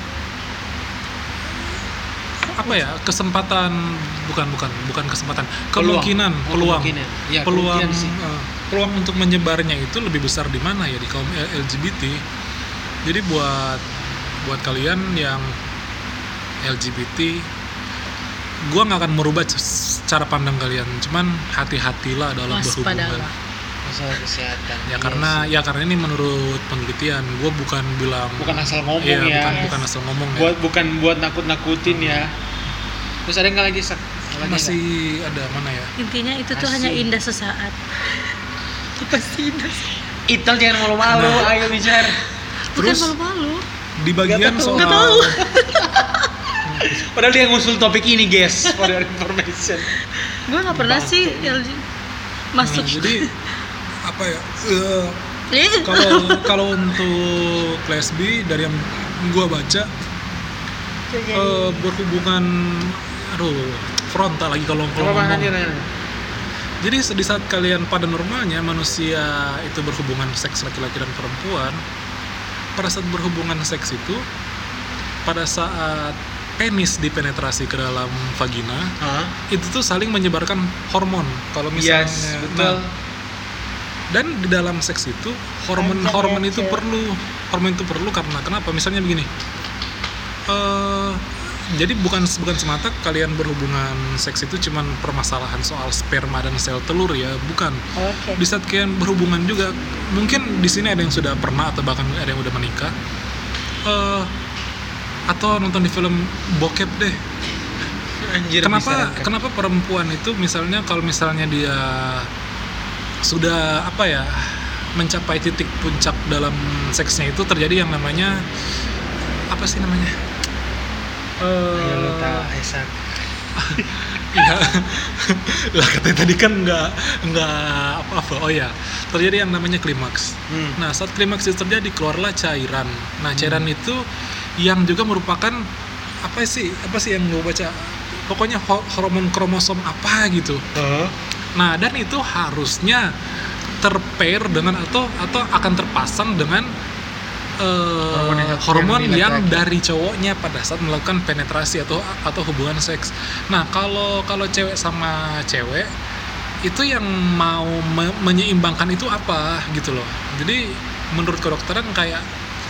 apa ya, kesempatan bukan bukan bukan kesempatan kemungkinan Peluang. Oh, peluang kemungkinan. Ya, peluang kemungkinan sih. eh, peluang untuk menyebarnya itu lebih besar di mana ya, di kaum L G B T. Jadi buat buat kalian yang L G B T, gua nggak akan merubah c- cara pandang kalian, cuman hati-hatilah dalam berhubungan. Waspadalah. Masalah kesehatan. Ya Iya karena sih. ya karena ini menurut penelitian, gue bukan bilang bukan asal ngomong iya, ya. bukan Yes. bukan asal ngomong ya. Buat bukan buat nakut-nakutin ya. Terus ada nggak lagi sak? Ada lagi Masih ada mana ya? Intinya itu tuh Asik. hanya indah sesaat. Apa sih indah? nggak? Ital jangan malu-malu, Nah. ayo bicara. Bukan Terus malu-malu. di bagian Nggak tahu. soal Nggak tahu. Padahal dia ngusul topik ini, guys, for your information. Gue nggak pernah sih L G masuk. Nah, jadi apa ya? eh, Ih. Kalau kalau untuk lesbi dari yang gue baca Jadi- eh, berhubungan, aduh frontal lagi kalau kalau Apa ngomong. nanti nanti? Jadi di saat kalian pada normalnya manusia itu berhubungan seks laki-laki dan perempuan, pada saat berhubungan seks itu, pada saat penis dipenetrasi ke dalam vagina, Hah? itu tuh saling menyebarkan hormon. Kalau misalnya, Yes, betul. nah, dan di dalam seks itu hormon-hormon itu perlu, hormon itu perlu karena kenapa? Misalnya begini, eh jadi bukan bukan semata kalian berhubungan seks itu cuman permasalahan soal sperma dan sel telur ya, bukan. Oke. Di saat kalian berhubungan juga, mungkin di sini ada yang sudah pernah atau bahkan ada yang udah menikah, eh atau nonton di film bokep deh. Anjir, Kenapa disarankan. kenapa perempuan itu misalnya kalau misalnya dia sudah apa ya mencapai titik puncak dalam seksnya itu terjadi yang namanya apa sih namanya? Ayo lu Eh, tahu, Aisyah. Iya, lah katanya tadi kan nggak nggak apa-apa. Oh ya, terjadi yang namanya klimaks. Hmm. Nah, saat klimaks itu terjadi keluarlah cairan. Nah, cairan itu yang juga merupakan apa sih? Apa sih yang gue baca? Pokoknya ho- hormon kromosom apa gitu. Hah? Nah, dan itu harusnya terpair dengan atau atau akan terpasang dengan eh, Hormon yang- hormon yang yang, laki-laki. dari cowoknya pada saat melakukan penetrasi atau atau hubungan seks. Nah, kalau kalau cewek sama cewek itu yang mau me- menyeimbangkan itu apa gitu loh. Jadi menurut kedokteran kayak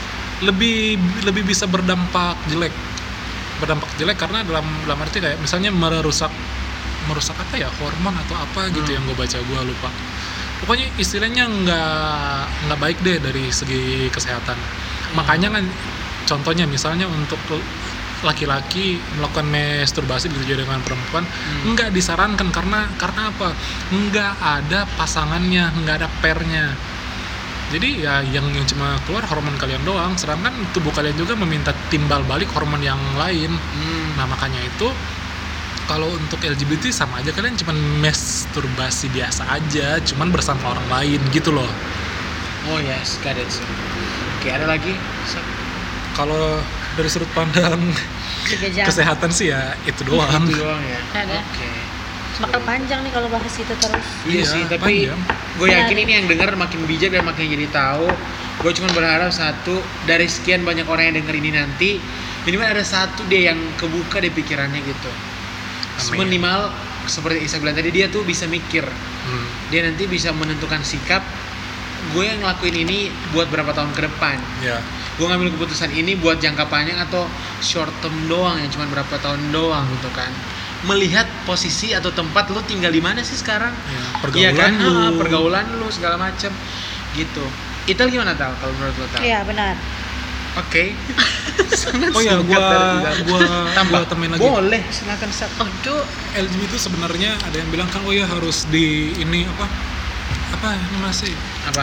lebih lebih bisa berdampak jelek. Berdampak jelek karena dalam dalam arti kayak misalnya merusak merusak apa ya, hormon atau apa gitu Hmm. yang gue baca, gue lupa. Pokoknya istilahnya nggak nggak baik deh dari segi kesehatan. Makanya kan contohnya misalnya untuk laki-laki melakukan masturbasi begitu juga dengan perempuan Hmm. nggak disarankan karena karena apa? Nggak ada pasangannya, nggak ada pairnya. Jadi ya yang yang cuma keluar hormon kalian doang, sedangkan tubuh kalian juga meminta timbal balik hormon yang lain. Hmm. Nah makanya itu kalau untuk L G B T sama aja, kalian cuma masturbasi biasa aja, cuman bersama orang lain gitu loh. Oh yes, got it. Oke, ada lagi? Sak? Kalau dari sudut pandang Tiga jam. kesehatan sih ya itu doang. Itu doang ya. Ada. Oke. Bakal panjang nih kalau bahas itu terus. Iya Iya, sih, tapi panjang. gue yakin ini yang denger makin bijak dan makin jadi tahu. Gue cuma berharap satu, dari sekian banyak orang yang denger ini nanti, minimal ada satu deh yang kebuka di pikirannya gitu. Amin. Minimal seperti Isa bilang tadi, dia tuh bisa mikir, Hmm. dia nanti bisa menentukan sikap. Gue yang ngelakuin ini buat berapa tahun ke depan. Ya. Gue ngambil keputusan ini buat jangka panjang atau short term doang yang cuma berapa tahun doang gitu kan. Melihat posisi atau tempat lu tinggal di mana sih sekarang. Ya, Iya pergaulan kan? lu. Ah, pergaulan lu segala macem gitu. Itu gimana Tal kalau menurut lu Tal? Iya benar. Oke. Sangat Oh ya, singkat gua dari kita. gua tambah gua tambahin lagi. Boleh, silakan Sat. Aduh, L G B T itu sebenarnya ada yang bilang kan oh ya harus di ini apa apa namanya sih? Apa?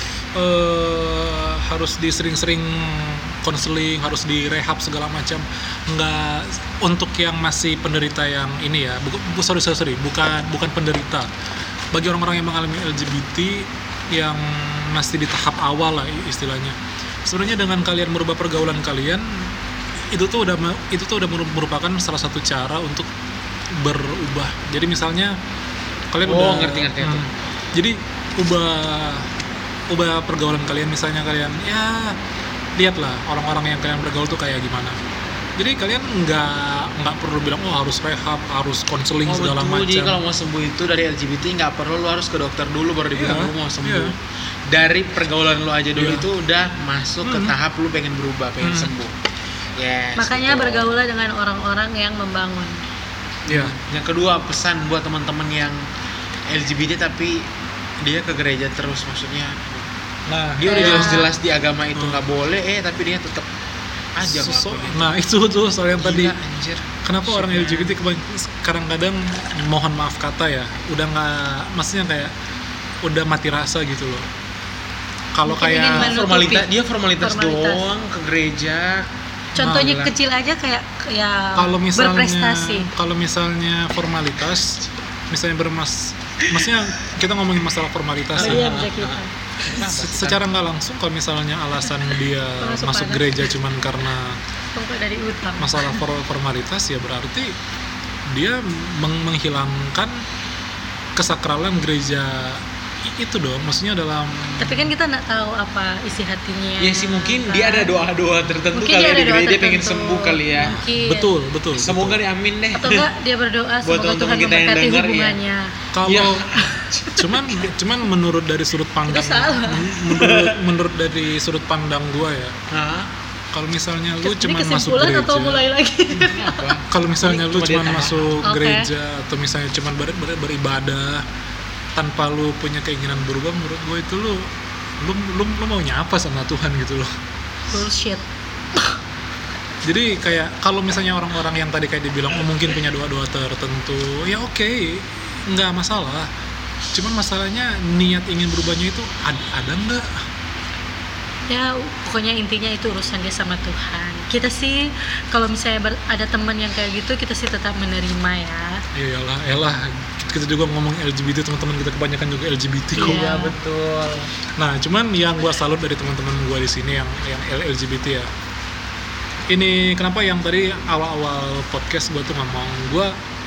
Uh, harus disering-sering konseling, harus direhab segala macam. Nggak untuk yang masih penderita yang ini ya, bukan sorry, sorry sorry bukan bukan penderita. Bagi orang-orang yang mengalami L G B T yang masih di tahap awal lah istilahnya. Sebenarnya dengan kalian merubah pergaulan kalian, itu tuh udah itu tuh udah merupakan salah satu cara untuk berubah. Jadi misalnya kalian oh, udah ngerti-ngerti. Hmm, jadi ubah ubah pergaulan kalian, misalnya kalian ya lihatlah orang-orang yang kalian bergaul tuh kayak gimana. Jadi kalian nggak nggak perlu bilang oh harus rehab, harus konseling oh, segala macam. Jadi kalau mau sembuh itu dari L G B T nggak perlu lu harus ke dokter dulu baru dibilang yeah, lu mau sembuh. Yeah. Dari pergaulan lu aja dulu Yeah. itu udah masuk hmm. ke tahap lu pengen berubah, pengen hmm. sembuh. Yes, Makanya betul. bergaulah dengan orang-orang yang membangun. Iya. Yang kedua, pesan buat teman-teman yang L G B T tapi dia ke gereja terus, maksudnya Nah, dia udah Ya. jelas-jelas di agama itu Hmm. nggak boleh, eh tapi dia tetap aja So- ngelakuin. nah itu tuh soal yang tadi. Gila, anjir. Kenapa orang L G B T kebany- kadang-kadang mohon maaf kata ya, udah nggak, maksudnya kayak udah mati rasa gitu loh. Kalau Mungkin ingin kayak menutupi. formalitas dia formalitas, Formalitas. doang ke gereja. Contohnya Nah, kecil aja kayak ya kalau misalnya berprestasi. kalau misalnya formalitas, misalnya bermas, maksudnya kita ngomongin masalah formalitas Beli ya. aja kita. Se- secara nggak langsung kalau misalnya alasan dia Masuk masuk panas. gereja cuman karena Pokok dari utang. masalah for- formalitas, ya berarti dia meng- menghilangkan kesakralan gereja i- itu dong, maksudnya dalam Tapi kan kita nggak tahu apa isi hatinya. Ya sih mungkin kan? dia ada doa-doa tertentu Mungkin kali dia ya ada di doa gereja, dia pengen tertentu. sembuh kali ya. Mungkin. betul betul Semoga betul. deh, amin deh. Atau enggak dia berdoa Buat semoga teman-teman Tuhan kita yang memberkati denger, ya. hubungannya. Kalau Iya. cuman cuman menurut dari sudut pandang Itu salah. men- menurut menurut dari sudut pandang gua ya, Hah? kalau misalnya lu Ini cuman masuk kesimpulan gereja, atau mulai lagi? Apa? kalau misalnya lu Cuma dia cuman tambah. masuk Oke. gereja atau misalnya cuman ber, ber- beribadah tanpa lu punya keinginan berubah, menurut gue itu lu lu lu, lu maunya apa sama Tuhan gitu loh. Bullshit. Jadi kayak kalau misalnya orang-orang yang tadi kayak dibilang oh mungkin punya doa-doa tertentu, ya oke, nggak masalah. Cuman masalahnya niat ingin berubahnya itu ada, ada nggak? Ya pokoknya intinya itu urusan dia sama Tuhan. Kita sih kalau misalnya ber- ada teman yang kayak gitu, kita sih tetap menerima ya. Ya iyalah, elah kita juga ngomong L G B T, teman-teman kita kebanyakan juga L G B T kok. Iya. betul. Nah, cuman yang gua salut dari teman-teman gua di sini yang yang L G B T ya. Ini kenapa yang tadi awal-awal podcast gua tuh ngomong, gua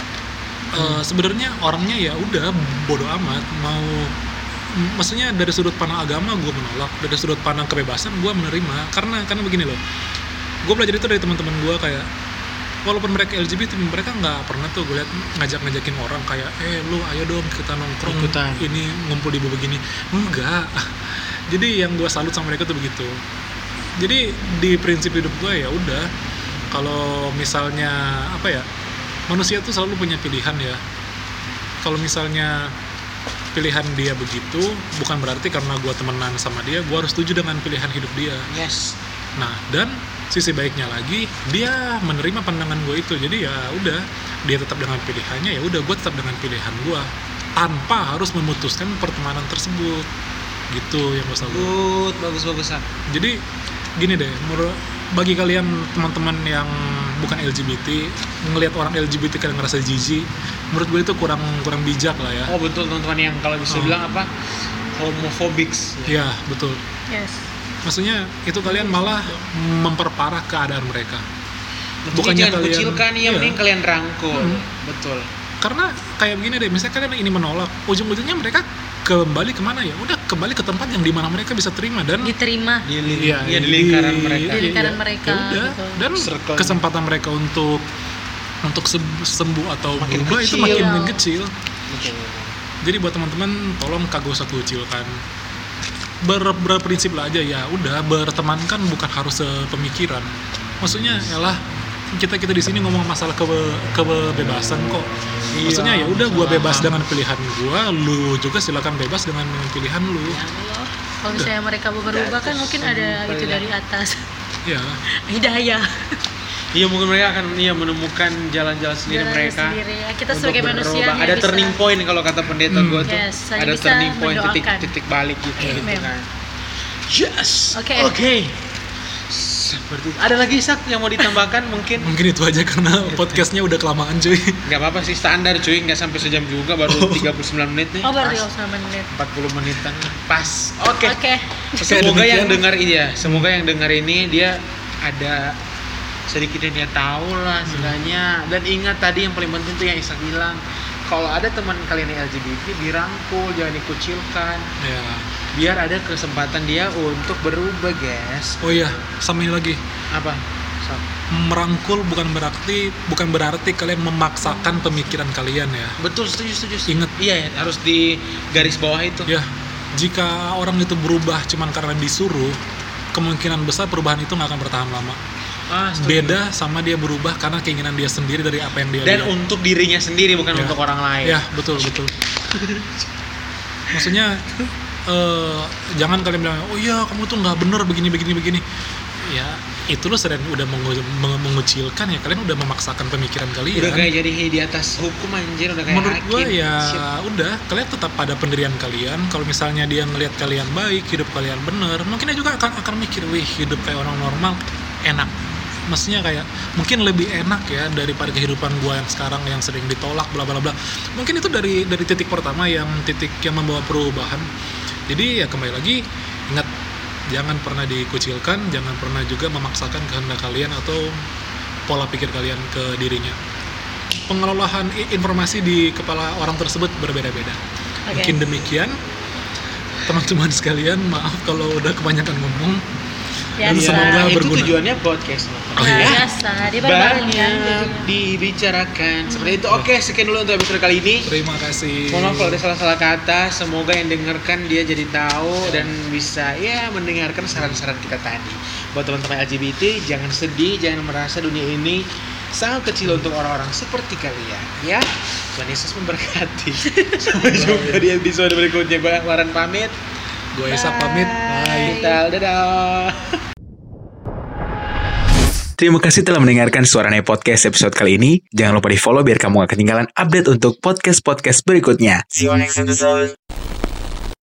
eh, sebenarnya orangnya ya udah bodo amat, mau m- maksudnya dari sudut pandang agama gua menolak, dari sudut pandang kebebasan gua menerima, karena karena begini loh. Gua belajar itu dari teman-teman gua, kayak walaupun mereka L G B T, mereka nggak pernah tuh gue lihat ngajak-ngajakin orang kayak eh lu ayo dong kita nongkrong Ikutan. ini ngumpul di begini, enggak. Jadi yang gue salut sama mereka tuh begitu. Jadi di prinsip hidup gue ya udah, kalau misalnya apa ya, manusia tuh selalu punya pilihan ya. Kalau misalnya pilihan dia begitu, bukan berarti karena gue temenan sama dia gue harus setuju dengan pilihan hidup dia. Yes. Nah, dan sisi baiknya lagi, dia menerima pandangan gue itu. Jadi ya udah, dia tetap dengan pilihannya, ya udah gue tetap dengan pilihan gue tanpa harus memutuskan pertemanan tersebut. Gitu yang gue selalu. Good, bagus-bagusan. Jadi gini deh, menurut bagi kalian teman-teman yang bukan L G B T, ngelihat orang L G B T kalian ngerasa jijik, menurut gue itu kurang kurang bijak lah ya. Oh betul, teman-teman yang kalau bisa Oh. bilang apa, homofobics. Ya, betul. Yes. Maksudnya itu kalian malah memperparah keadaan mereka. Bukannya Bukannya jangan kalian- kucilkan, ya iya. mending kalian rangkul. Hmm. Betul. Karena kayak begini deh, misalnya kalian ini menolak, ujung-ujungnya mereka kembali kemana ya? Udah kembali ke tempat yang dimana mereka bisa terima dan Diterima. Di, lin- Iya, iya, di lingkaran di- mereka. Di lingkaran iya, mereka, ya udah. gitu. Dan Circle-nya. kesempatan mereka untuk untuk sem- sembuh atau Makin berubah itu kecil. makin makin kecil. Betul. Jadi buat teman-teman tolong kagak usah kucilkan. Ber, berprinsip lah aja ya, udah berteman kan bukan harus sepemikiran. Maksudnya yalah kita kita di sini ngomong masalah kebe, kebebasan kok. Maksudnya ya udah gua bebas dengan pilihan gua, lu juga silakan bebas dengan pilihan lu. Ya Allah. Kalau misalnya mereka mau berubah kan mungkin ada itu dari atas. Ya. Hidayah. Iya mungkin mereka akan iya menemukan jalan-jalan sendiri Jalan mereka. sendiri ya. Kita untuk sebagai berubah. manusia hanya ada bisa- turning point kalau kata pendeta Hmm. gue tuh. Yes, hanya ada bisa turning point, mendoakan. titik titik balik gitu gitu Amen. kan. Yes. Oke. Oke. Seperti itu. Ada lagi Sak yang mau ditambahkan mungkin? Mungkin itu aja karena podcastnya udah kelamaan cuy. Nggak apa-apa sih standar cuy, nggak sampai sejam juga, baru tiga puluh sembilan menit nih. Oh baru Pas. sama menit. empat puluh menitan pas. Oke. Oke. Semoga demikian. yang dengar iya, semoga yang dengar ini dia ada sedikit yang dia tahu lah sebenarnya. Dan ingat tadi yang paling penting tuh yang Isa bilang, kalau ada teman kalian yang L G B T dirangkul, jangan dikucilkan. Ya. Biar ada kesempatan dia untuk berubah, guys. Oh iya, sama ini lagi. Apa? Sak. Merangkul bukan berarti bukan berarti kalian memaksakan pemikiran kalian ya. Betul, setuju, setuju. setuju. Ingat. Iya, ya, harus di garis bawah itu. Ya, jika orang itu berubah cuman karena disuruh, kemungkinan besar perubahan itu nggak akan bertahan lama. Ah, setuju. Beda sama dia berubah karena keinginan dia sendiri dari apa yang dia Dan lihat. untuk dirinya sendiri bukan Ya. untuk orang lain. Ya, betul betul. Maksudnya eh, jangan kalian bilang, oh iya kamu tuh nggak bener begini begini begini. Ya, itu lo sedang udah mengu- meng- mengucilkan ya, kalian udah memaksakan pemikiran kalian. Udah kayak jadi di atas hukum anjir, udah kayak Menurut hakim. gue ya Shit. udah, kalian tetap pada pendirian kalian. Kalau misalnya dia ngelihat kalian baik, hidup kalian bener, mungkin dia juga akan akan mikir, wih hidup kayak orang normal enak. Maksudnya kayak mungkin lebih enak ya daripada kehidupan gue yang sekarang yang sering ditolak bla bla bla. Mungkin itu dari dari titik pertama yang titik yang membawa perubahan. Jadi ya kembali lagi, ingat, jangan pernah dikucilkan, jangan pernah juga memaksakan kehendak kalian atau pola pikir kalian ke dirinya. Pengelolaan i- informasi di kepala orang tersebut berbeda-beda. Oke. Mungkin demikian, teman-teman sekalian, maaf kalau udah kebanyakan ngomong. Biasa. Dan semoga itu berguna. tujuannya podcast. Oh Nah, iya? biasa. Dia baru-baru ini kan. Banyak dibicarakan seperti itu. Oke, sekian dulu untuk episode kali ini. Terima kasih. Mohon maaf kalau ada salah-salah kata. Semoga yang dengarkan dia jadi tahu dan bisa ya mendengarkan saran-saran kita tadi. Buat teman-teman L G B T, jangan sedih, jangan merasa dunia ini sangat kecil untuk orang-orang seperti kalian. Ya, Tuhan Yesus memberkati. Sampai jumpa di episode berikutnya. Gue Akbaran pamit. Gue Isa pamit. Bye. Kita dadah. Terima kasih telah mendengarkan Suarane Podcast episode kali ini. Jangan lupa di follow biar kamu gak ketinggalan update untuk podcast-podcast berikutnya. See you next episode.